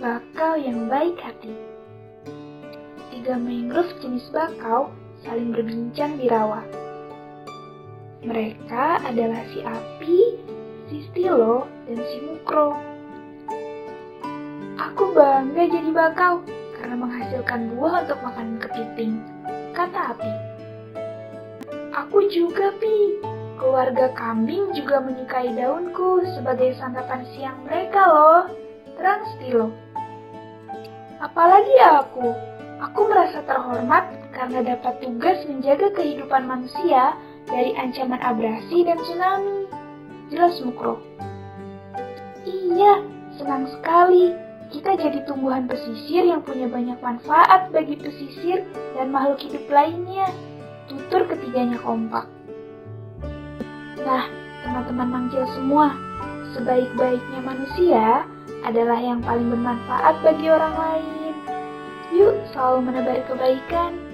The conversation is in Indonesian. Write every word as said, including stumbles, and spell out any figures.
Bakau yang baik hati. Tiga mangrove jenis bakau saling berbincang di rawa. Mereka adalah si Api, si Stilo, dan si Mukro. Aku bangga jadi bakau karena menghasilkan buah untuk makanan kepiting, kata Api. Aku juga, Pi. Keluarga kambing juga menyukai daunku sebagai santapan siang mereka loh, terang Stilo. Apalagi aku, aku merasa terhormat karena dapat tugas menjaga kehidupan manusia dari ancaman abrasi dan tsunami, jelas Mukro. Iya, senang sekali. Kita jadi tumbuhan pesisir yang punya banyak manfaat bagi pesisir dan makhluk hidup lainnya, tutur ketiganya kompak. Nah, teman-teman mangcil semua, sebaik-baiknya manusia adalah yang paling bermanfaat bagi orang lain. Yuk selalu menebar kebaikan.